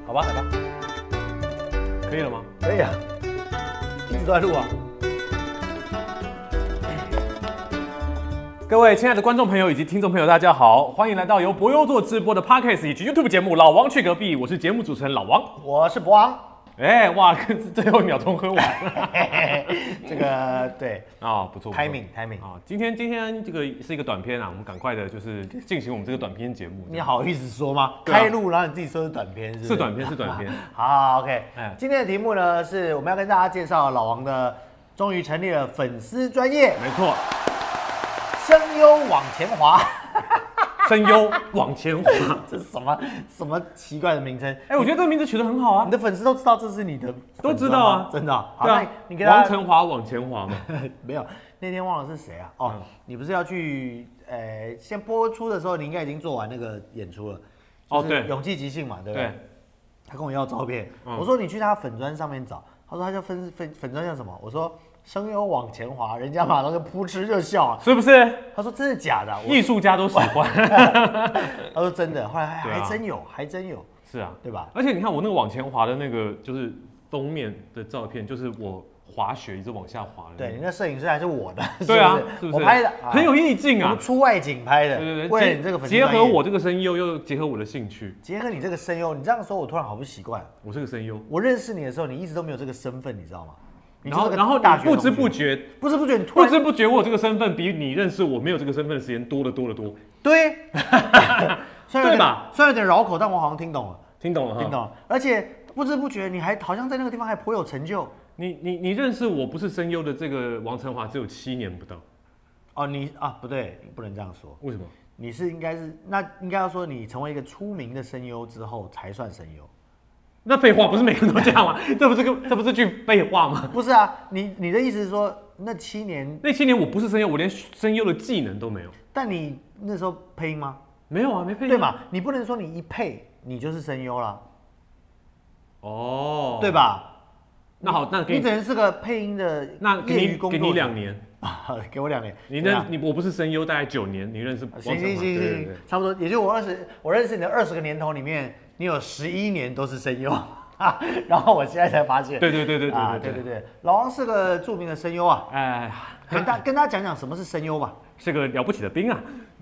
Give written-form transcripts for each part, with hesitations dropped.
好吧， 来吧， 可以了吗？ 可以啊，一直都在录啊。 各位亲爱的观众朋友以及听众朋友，大家好，欢迎来到由博优做直播的 Podcast 以及 YouTube 节目《老王去隔壁》，我是节目主持人老王， 我是博王。 哇，最后一秒钟喝完了， 这个对啊，不错 ，timing 啊，今天这个是一个短片啊，我们赶快的就是进行我们这个短片节目。 你好意思说吗？ 啊、 开录然后你自己说是短片，是短片，是短片。 好 ，OK，今天的题目呢是我们要跟大家介绍老王的终于成立了粉丝专页， 没错， 声优往前滑。 声优往前滑， 这是什么奇怪的名称？ 我觉得这个名字取得很好啊！ 你的粉丝都知道这是你的， 都知道啊， 真的、啊。好， 对啊， 那你跟他王成华往前滑嘛？ 没有，那天忘了是谁啊？哦，你不是要去先播出的时候，你应该已经做完那个演出了。 哦，对， 勇气即兴嘛，对不对？ 对。 他跟我要照片，我说你去他粉专上面找，他说他叫粉专叫什么？我说。声优往前滑，人家马上就扑哧就笑了， 是不是？ 他说真的假的？ 艺术家都喜欢。 他说真的，后来还真有，还真有。 是啊， 对吧？ 而且你看我那个往前滑的那个，就是封面的照片，就是我滑雪一直往下滑的。 对，你那摄影师还是我的。 对啊，是不是？ 我拍的， 很有意境啊。 我们出外景拍的。 对， 为了你这个粉丝结合我这个声优，又结合我的兴趣。 结合你这个声优，你这样说，我突然好不习惯。 我是个声优。 我认识你的时候，你一直都没有这个身份，你知道吗？ 然后你不知不觉，你不知不觉我有这个身份比你认识我没有这个身份的时间多得多。 对， 对吧？ 虽然有点绕口，但我好像听懂了。 听懂了。 而且不知不觉，你还好像在那个地方还颇有成就。 你认识我不是声优的这个王成华只有7年不到。 哦，不对，不能这样说。 为什么？ 你是应该要说你成为一个出名的声优之后才算声优。 那废话不是每个人都这样吗？这不是句废话吗？ 不是啊，你的意思是说那7年我不是声优，我连声优的技能都没有。 但你那时候配音吗？ 没有啊，没配音。 对嘛？你不能说你一配你就是声优啦。 哦， 对吧？ 那好，那你只能是个配音的业余工作者。 给你2年。 给我2年。 我不是声优，大概9年，你认识王成华？ 行，差不多，也就我认识你的20个年头里面，你有11年都是声优，然后我现在才发现。对，老王是个著名的声优啊，跟大家讲讲什么是声优吧。 是个了不起的兵啊。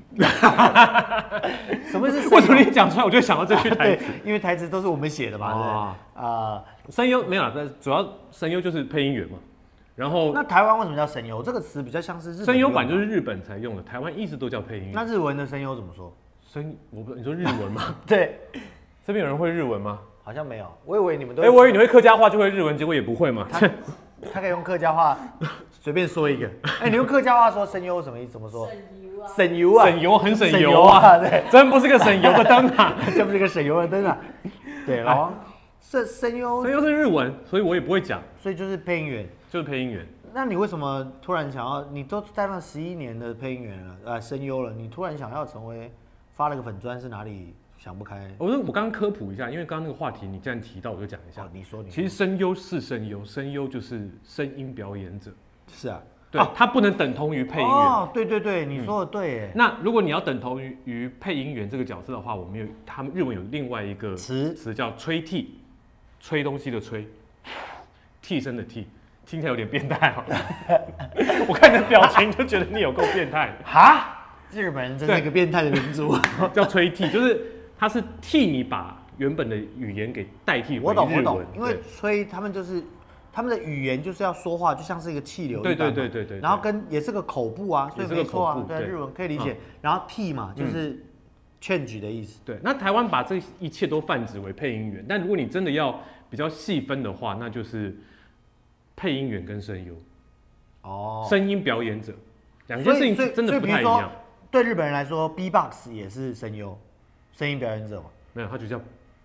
什么是声优？ 为什么你讲出来我就想到这句台词？ 因为台词都是我们写的嘛， 对。声优没有啦，主要声优就是配音员嘛。然后那台湾为什么叫声优？这个词比较像是日本。 声优版就是日本才用的，台湾一直都叫配音员。 那日文的声优怎么说？ 我不知道，你说日文吗？ 对， 这边有人会日文吗？ 好像没有，我以为你们都。 我以为你会客家话就会日文，结果也不会嘛。 他可以用客家话随便说一个。你用客家话说声优什么意思？怎么说？省油啊！ 省油很省油啊！ 对， 真不是个省油的灯啊！ 真不是个省油的灯啊！对，老王，声优是日文，所以我也不会讲。 所以就是配音员， 就是配音员。 那你为什么突然想要？你都待了11年的配音员了，声优了，你突然想要成为发了个粉专是哪里想不开？ 我刚刚科普一下，因为刚刚那个话题你既然提到，我就讲一下。 你说。 其实声优是声优，声优就是声音表演者。 是啊。 对，它不能等同于配音员。 哦，对，你说的对。 那如果你要等同于配音员这个角色的话，他们日文有另外一个词叫吹替，吹东西的吹，替身的替，听起来有点变态哦。我看你的表情就觉得你有够变态。 哈？日本人真是一个变态的民族。 叫吹替，就是他是替你把原本的语言给代替为日文。 我懂，因为吹他们就是。他们的语言就是要说话，就像是一个气流一般。 对。 然后也是个口部啊，所以没错啊，对，日文可以理解。然后替嘛，就是 change 的意思。 对，那台湾把这一切都泛指为配音员，但如果你真的要比较细分的话，那就是配音员跟声优。哦。声音表演者，两件事情真的不太一样。 对日本人来说 ，B-box 也是声优，声音表演者嘛。 没有，他就叫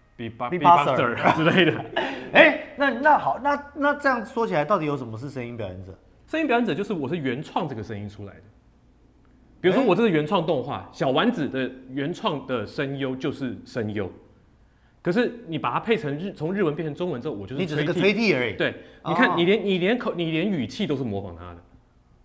B-boxer 之类的。 那好，那这样说起来，到底有什么是声音表演者？ 声音表演者就是我是原创这个声音出来的。比如说我这是原创动画，小丸子的原创的声优就是声优。可是你把它配成从日文变成中文之后，我就是你只是个吹替而已。 对，你看你连语气都是模仿他的。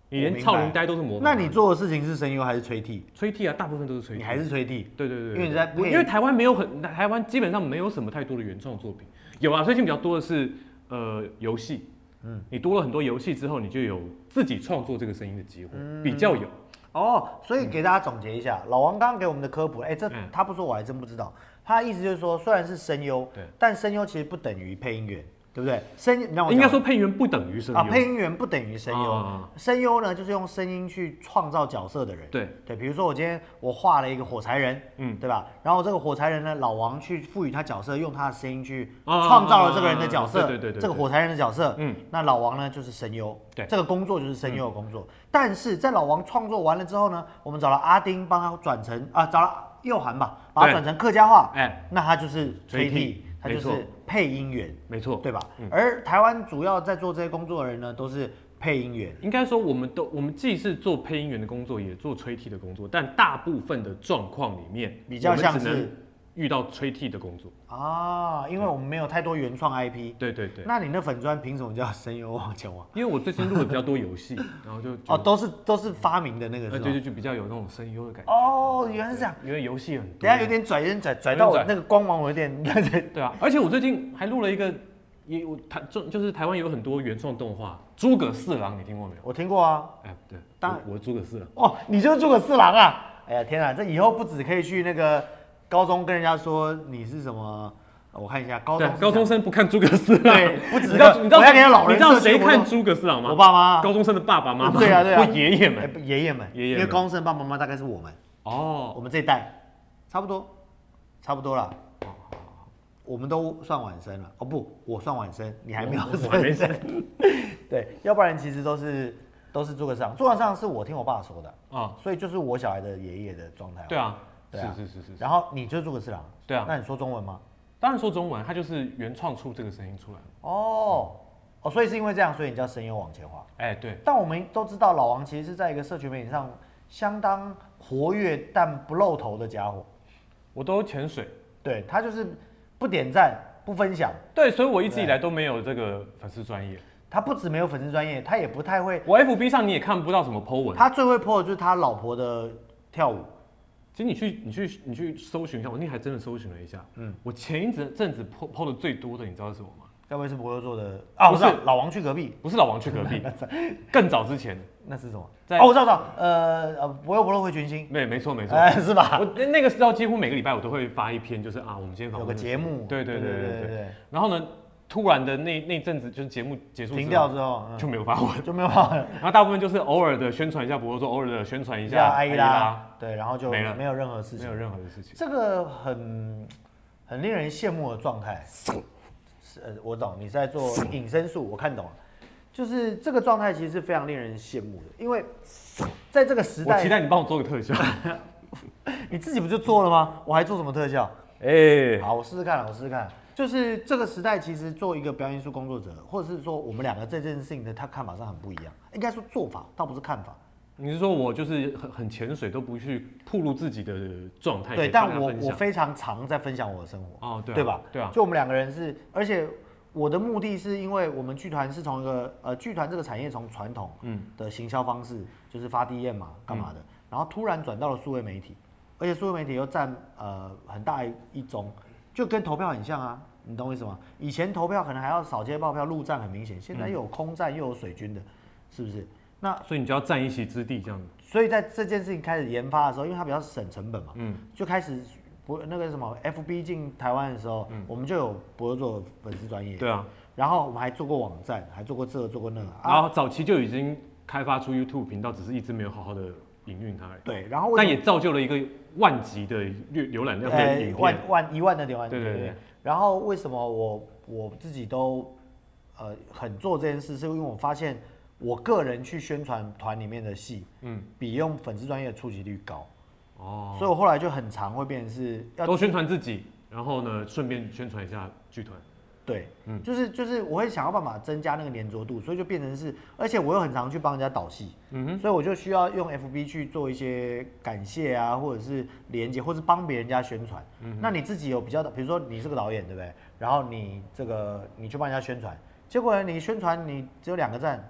你连超龄呆都是模仿。 那你做的事情是声优还是吹替？ 吹替啊，大部分都是吹替。 你还是吹替？ 对对对， 因为你在因为台湾台湾基本上没有什么太多的原创作品，有啊，最近比较多的是游戏。你多了很多游戏之后，你就有自己创作这个声音的机会，比较有。 所以给大家总结一下，老王刚刚给我们的科普，他不说我还真不知道。他的意思就是说，虽然是声优，但声优其实不等于配音员。对不对？ 应该说配音员不等于声优配音员不等于声优。声优呢，就是用声音去创造角色的人。对，比如说我今天我画了一个火柴人，对吧？然后这个火柴人呢，老王去赋予他角色，用他的声音去创造了这个人的角色。 对， 这个火柴人的角色，那老王呢就是声优。对，这个工作就是声优的工作。但是在老王创作完了之后呢，我们找了阿丁帮他转成找了佑涵吧，把它转成客家话。那他就是吹替。他就是配音员， 没错， 对吧？而台湾主要在做这些工作的人呢，都是配音员。 应该说，我们既是做配音员的工作，也做吹替的工作，但大部分的状况里面， 比较像是遇到吹替的工作因为我们没有太多原创 IP。 对。 那你那粉专凭什么叫声优往前往？ 因为我最近录的比较多游戏，然后就都是发明的那个是吧？ 对，就比较有那种声优的感觉。 原来是这样。 因为游戏很多， 等下有点拽到我那个光芒，我有点对啊。而且我最近还录了一个，就是台湾有很多原创动画，诸葛四郎，你听过没有？ 我听过啊。 对，我是诸葛四郎。 你就是诸葛四郎啊！哎呀天啊，这以后不止可以去那个高中跟人家说你是什么。我看一下，高中生不看诸葛四郎， 对，不止。你知道谁看诸葛四郎吗？ 我爸妈。 高中生的爸爸妈妈。 对啊， 或爷爷们， 因为高中生的爸爸妈妈大概是我们。我们这一代，差不多了。我们都算晚生了。不，我算晚生，你还没有生。对，要不然其实都是诸葛四郎。诸葛四郎是我听我爸说的所以就是我小孩的爷爷的状态。 对啊，是。 然后你就是诸葛四郎。 对啊。 那你说中文吗？ 当然说中文，他就是原创出这个声音出来。 所以是因为这样，所以你叫声优往前滑。 对。 但我们都知道，老王其实是在一个社群媒体上相当活跃但不露头的家伙。 我都潜水。 对，他就是不点赞不分享。 对，所以我一直以来都没有这个粉丝专页。 他不止没有粉丝专页，他也不太会。 我 FB 上你也看不到什么 po 文。 他最会 po 的就是他老婆的跳舞。 其实你去搜寻一下，我那天还真的搜寻了一下。我前一阵子 po 的最多的，你知道是什么吗？ 该不会是博优做的？不是老王去隔壁， 不是老王去隔壁，更早之前。 那是什么？我知道，博优博乐会群星。 没错， 是吧？ 我那个时候几乎每个礼拜我都会发一篇，就是我们今天有个节目。 对。然后呢？突然的那阵子，就是节目结束停掉之后就没有发文， 然后大部分就是偶尔的宣传一下博优，偶尔的宣传一下艾依拉，对，然后就没有任何事情， 没有任何的事情。 这个很令人羡慕的状态。我懂，你是在做隐身术，我看懂了。就是这个状态其实是非常令人羡慕的，因为在这个时代， 我期待你帮我做个特效。 你自己不就做了吗？我还做什么特效？好，我试试看。就是这个时代，其实做一个表演艺术工作者，或者是说我们两个这件事情的他看法上很不一样。应该说做法，倒不是看法。 你是说我就是很潜水，都不去暴露自己的状态？ 对，但我非常常在分享我的生活。对吧？ 对啊。 就我们两个人是，而且我的目的是因为我们剧团是从一个剧团这个产业从传统的行销方式，就是发 DM 嘛，干嘛的，然后突然转到了数位媒体，而且数位媒体又占很大一宗，就跟投票很像啊。你懂我意思吗？以前投票可能还要扫街报票，陆战很明显，现在又有空战又有水军的，是不是？那所以你就要占一席之地这样子。 所以在这件事情开始研发的时候，因为它比较省成本嘛，就开始那个什么 FB 进台湾的时候，我们就有博优做粉丝专页。 对啊。 然后我们还做过网站，还做过这个做过那个。 然后早期就已经开发出 YouTube 频道，只是一直没有好好的营运它而已。 对，然后但也造就了一个万级的浏览量的影片 ，1万的浏览。 对。 然后为什么我自己都很做这件事，是因为我发现我个人去宣传团里面的戏，比用粉丝专页的触及率高。所以我后来就很常会变成是要都宣传自己，然后呢顺便宣传一下剧团。 对，就是我会想要办法增加那个粘着度，所以就变成是，而且我又很常去帮人家导戏，所以我就需要用 FB 去做一些感谢啊，或者是连接，或是帮别人家宣传。那你自己有比较的，比如说你是个导演，对不对？然后你去帮人家宣传，结果呢你宣传你只有2个赞，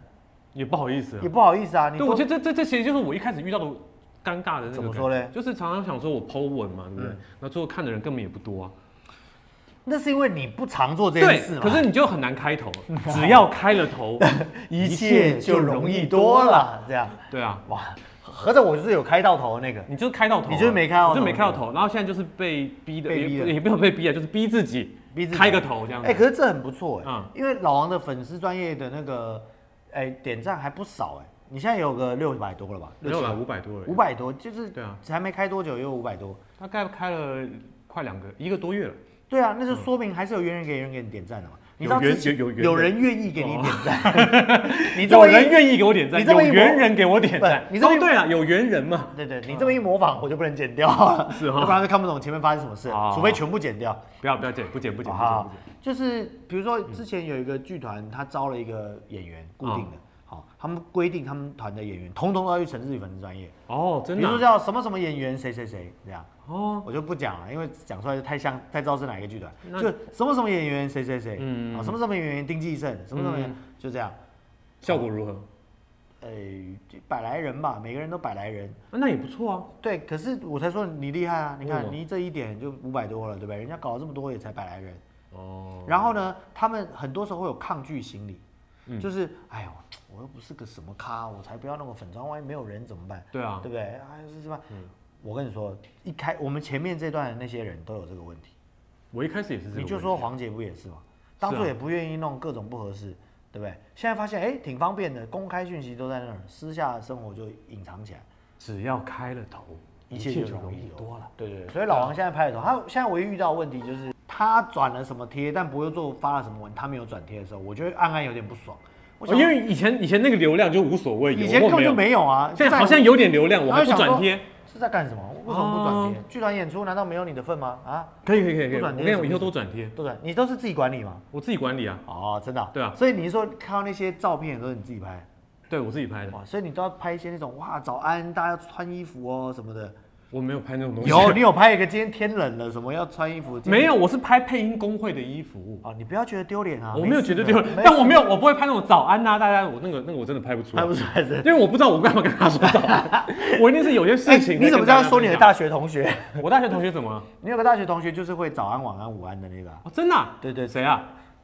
也不好意思， 也不好意思啊。 对，我觉得这其实就是我一开始遇到的尴尬的那个。 怎么说呢？ 就是常常想说我 po 文嘛，对不对？那最后看的人根本也不多啊。 那是因为你不常做这件事嘛。 可是你就很难开头，只要开了头， 一切就容易多了。这样。 对啊， 哇，合着我就是有开到头的那个， 你就是开到头， 你就是没开到头， 就没开到头。然后现在就是被逼的，也不用被逼啊，就是逼自己开个头这样子。 可是这很不错因为老王的粉丝专业的那个点赞还不少你现在有个600多了吧？ 没有啦，500多了。 500多，就是对啊， 还没开多久又500多， 大概开了快1个多月了。 对啊，那就说明还是有缘人给人点赞的嘛。你知道有人愿意给你点赞， 有人愿意给我点赞，有缘人给我点赞。你这么对了，有缘人嘛？ 对，你这么一模仿，我就不能剪掉了， 是哈， 不然就看不懂前面发生什么事，除非全部剪掉。 不要剪，不剪。 就是比如说之前有一个剧团，他招了一个演员，固定的。好，他们规定他们团的演员通通都要去陈志宇粉丝专业真的。 比如说叫什么什么演员谁这样我就不讲了，因为讲出来就太知道是哪一个剧团。就什么什么演员谁什么什么演员丁继胜，什么什么就这样。 效果如何？ 百来人吧，每个人都百来人， 那也不错啊。 对，可是我才说你厉害啊！你看你这一点就500多了，对不对？人家搞了这么多也才百来人。然后呢，他们很多时候会有抗拒心理。就是哎呦，我又不是个什么咖，我才不要弄个粉专，万一没有人怎么办？ 对啊， 对不对？是什么？我跟你说，我们前面这段的那些人都有这个问题。 我一开始也是这个问题。 你就说黄姐不也是吗？当初也不愿意弄各种不合适，对不对？现在发现挺方便的，公开讯息都在那儿，私下生活就隐藏起来。 只要开了头，一切就容易多了。 对，所以老王现在拍了头，他现在唯一遇到的问题就是。他转了什么贴，但不会做发了什么文，他没有转贴的时候，我觉得暗暗有点不爽。 因为以前那个流量就无所谓， 以前根本就没有啊。 现在好像有点流量，我还不转贴， 是在干什么？为什么不转贴？剧团演出难道没有你的份吗？ 可以。不转贴，我以后都转贴。 你都是自己管理吗？ 我自己管理啊。 真的。 对啊。 所以你是说看到那些照片都是你自己拍？ 对，我自己拍的。 所以你都要拍一些那种早安，大家要穿衣服什么的。 我没有拍那种东西。 你有拍一个今天天冷了，什么要穿衣服？ 没有，我是拍配音工会的衣服。 你不要觉得丢脸啊！ 我没有觉得丢脸，但我不会拍那种早安大家我那个我真的拍不出来。因为我不知道我干嘛跟他说早安，我一定是有些事情。 你怎么这样说你的大学同学？ 我大学同学怎么了？ 你有个大学同学就是会早安、晚安、午安的那个。 真的？ 对， 谁啊？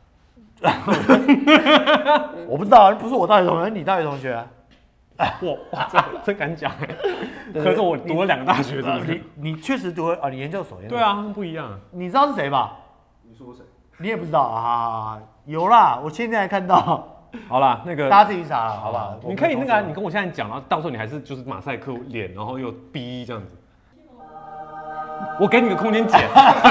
我不知道，不是我大学同学，你大学同学啊。 哇，真敢讲可是我读了2个大学， 你确实读了你研究所。 对啊，不一样。 你知道是谁吧？ 你说谁？ 你也不知道啊？有啦，我现在还看到。 好啦，那个大家自己去查，好不好？ 你可以你跟我现在讲，然后到时候你还是就是马赛克脸，然后又逼这样子。我给你个空间剪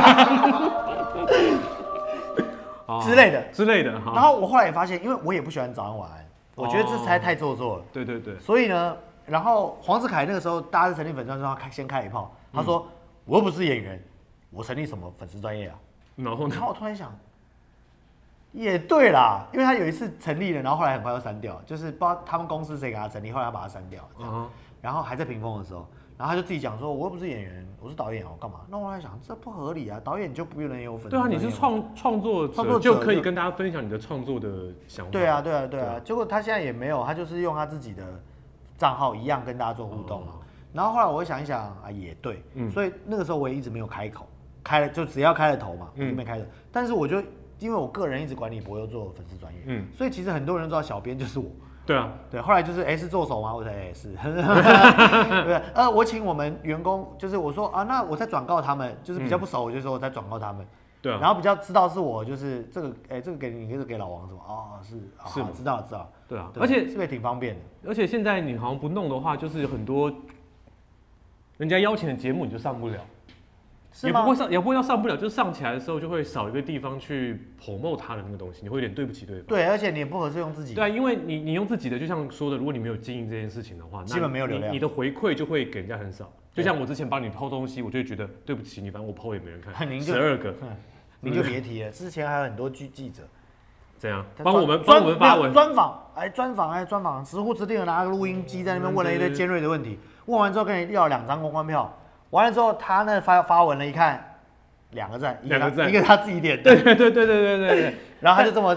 之类的。 然后我后来也发现，因为我也不喜欢早安晚安。我觉得这才太做作了。 对。 所以呢，然后黄子凯那个时候，大家是成立粉专之后，他先开了一炮。他说：“我又不是演员，我成立什么粉丝专业啊？” 然后我突然想，也对啦，因为他有一次成立了，然后后来很快又删掉，就是不知道他们公司谁给他成立，后来他把他删掉，然后还在屏风的时候，然后他就自己讲说：“我又不是演员，我是导演，我干嘛？”那我在想，这不合理啊！导演就不能有粉丝。 对啊，你是创作者就可以跟大家分享你的创作的想法。 对啊。结果他现在也没有，他就是用他自己的账号一样跟大家做互动嘛。然后后来我想一想也对，所以那个时候我也一直没有开口，开了就只要开了头嘛，就没开头。但是我就因为我个人一直管理博优做粉丝专业，所以其实很多人都知道小编就是我。 对啊， 对，后来就是是做手吗？我说是，对，我请我们员工，就是我说那我再转告他们，就是比较不熟，我就说我再转告他们， 对啊， 然后比较知道是我，就是这个这个给你，这个给老王什么是知道， 对啊，而且是不是挺方便的？ 而且现在你好像不弄的话，就是很多人家邀请的节目你就上不了。也不会上不了，就是上起来的时候就会少一个地方去 promote 他的那个东西，你会有点对不起对方。 对，而且你也不合适用自己。 对啊，因为你用自己的，就像说的，如果你没有经营这件事情的话， 基本没有流量， 你的回馈就会给人家很少。就像我之前帮你 po 东西，我就会觉得对不起你，反正我 po 也没人看，12个， 你就别提了。之前还有很多记者， 怎样帮我们发文专访，直呼直令的拿个录音机在那边问了一堆尖锐的问题，问完之后跟你要2张公关票。完了之后，他那发文了，一看2个赞，一个他自己点的， 对， 然后他就这么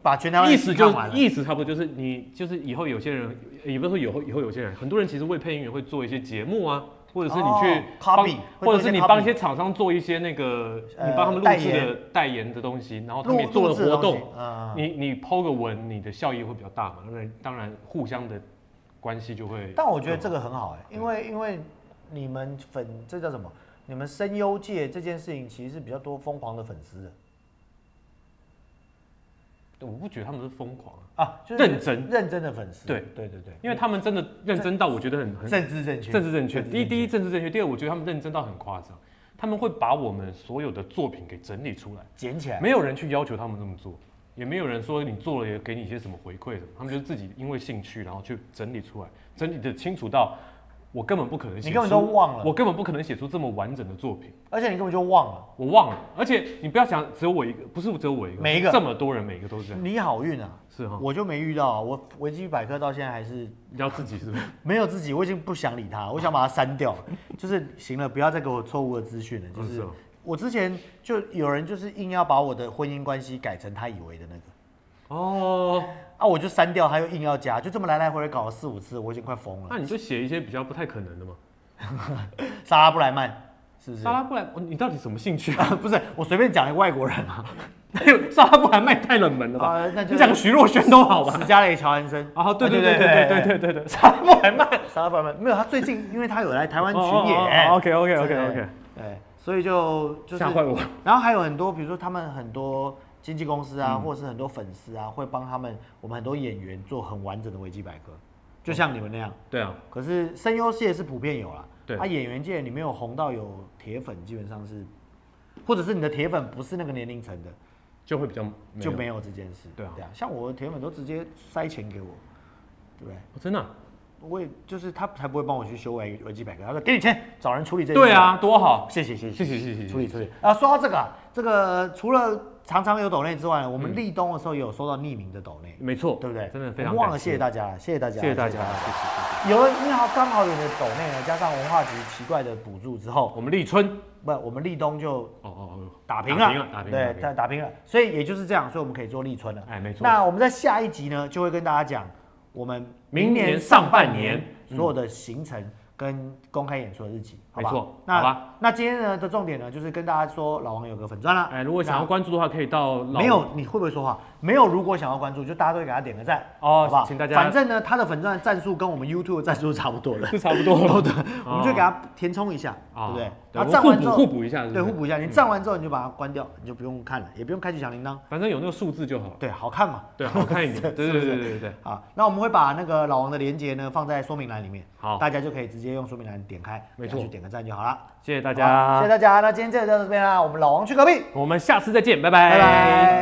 把全台湾意思差不多就是你就是以后有些人，也不是说以后有些人，很多人其实为配音员会做一些节目啊，或者是你去 copy， 或者是你帮一些厂商做一些那个你帮他们录制的代言的东西，然后他们也做了活动，你 po 个文，你的效益会比较大嘛，那当然互相的关系就会。 但我觉得这个很好因为你们这叫什么？你们声优界这件事情其实是比较多疯狂的粉丝的。 我不觉得他们是疯狂就是认真的粉丝。 对，因为他们真的认真到我觉得很政治正确。 第一政治正确，第二我觉得他们认真到很夸张，他们会把我们所有的作品给整理出来， 捡起来， 没有人去要求他们这么做，也没有人说你做了也给你一些什么回馈什么，他们就是自己因为兴趣然后去整理出来，整理的清楚到。我根本不可能写出， 你根本都忘了。 我根本不可能写出这么完整的作品， 而且你根本就忘了。 我忘了，而且你不要想只有我一个，不是只有我一个， 每一个这么多人，每一个都是这样。 你好运啊！ 是哈， 我就没遇到我维基百科到现在还是要自己是不是？ 没有自己，我已经不想理他，我想把它删掉。就是行了，不要再给我错误的资讯了。就是我之前就有人就是硬要把我的婚姻关系改成他以为的那个。我就删掉，他又硬要加，就这么来来回回搞了4、5次，我已经快疯了。 那你就写一些比较不太可能的嘛。 莎拉布莱曼是不是？ 莎拉布莱，你到底什么兴趣不是，我随便讲一个外国人啊。 莎拉布莱曼太冷门了吧？你讲徐若瑄都好吧？ 史嘉蕾·乔安森。 对，莎拉布莱曼没有，他最近因为他有来台湾巡演。 OK。 对，所以就是吓坏我。 然后还有很多，比如说他们很多经纪公司啊，或者是很多粉丝啊，会帮我们很多演员做很完整的维基百科。就像你们那样， 对啊。 可是声优界是普遍有啦， 对。 演员界你没有红到有铁粉，基本上是，或者是你的铁粉不是那个年龄层的， 就会比较就没有这件事。对啊，像我的铁粉都直接塞钱给我，对不对？ 真的。 我也就是他才不会帮我去修维基百科，他说给你钱，找人处理这些。 对啊，多好， 谢谢，处理。说到这个除了常常有抖内之外，我们立冬的时候也有收到匿名的抖内， 没错， 对不对？ 真的非常忘了，谢谢大家，谢谢大家。 有了，因为刚好有的抖内呢，加上文化局奇怪的补助之后， 我们立春我们立冬就打平了，对，打平了，所以也就是这样，所以我们可以做立春了。 没错。那我们在下一集呢，就会跟大家讲我们明年上半年所有的行程跟公开演出的日期， 没错。 那今天呢的重点呢，就是跟大家说老王有个粉专啦。 如果想要关注的话，可以到没有，你会不会说话？没有，如果想要关注，就大家都会给他点个赞，好不好？ 请大家。 反正呢，他的粉专的战术跟我们 YouTube 的战术差不多了， 是差不多了。 对，我们就给他填充一下，对不对？ 然后站完之后互补一下， 对，互补一下。你站完之后你就把它关掉，你就不用看了，也不用开启小铃铛， 反正有那个数字就好。 对，好看嘛。 对，好看一点。对。 好，那我们会把那个老王的连结呢放在说明栏里面， 好， 大家就可以直接用说明栏点开， 没错， 去点个赞就好了。 谢谢大家， 谢谢大家。那今天就到这边啦，我们老王去隔壁， 我们下次再见，拜拜。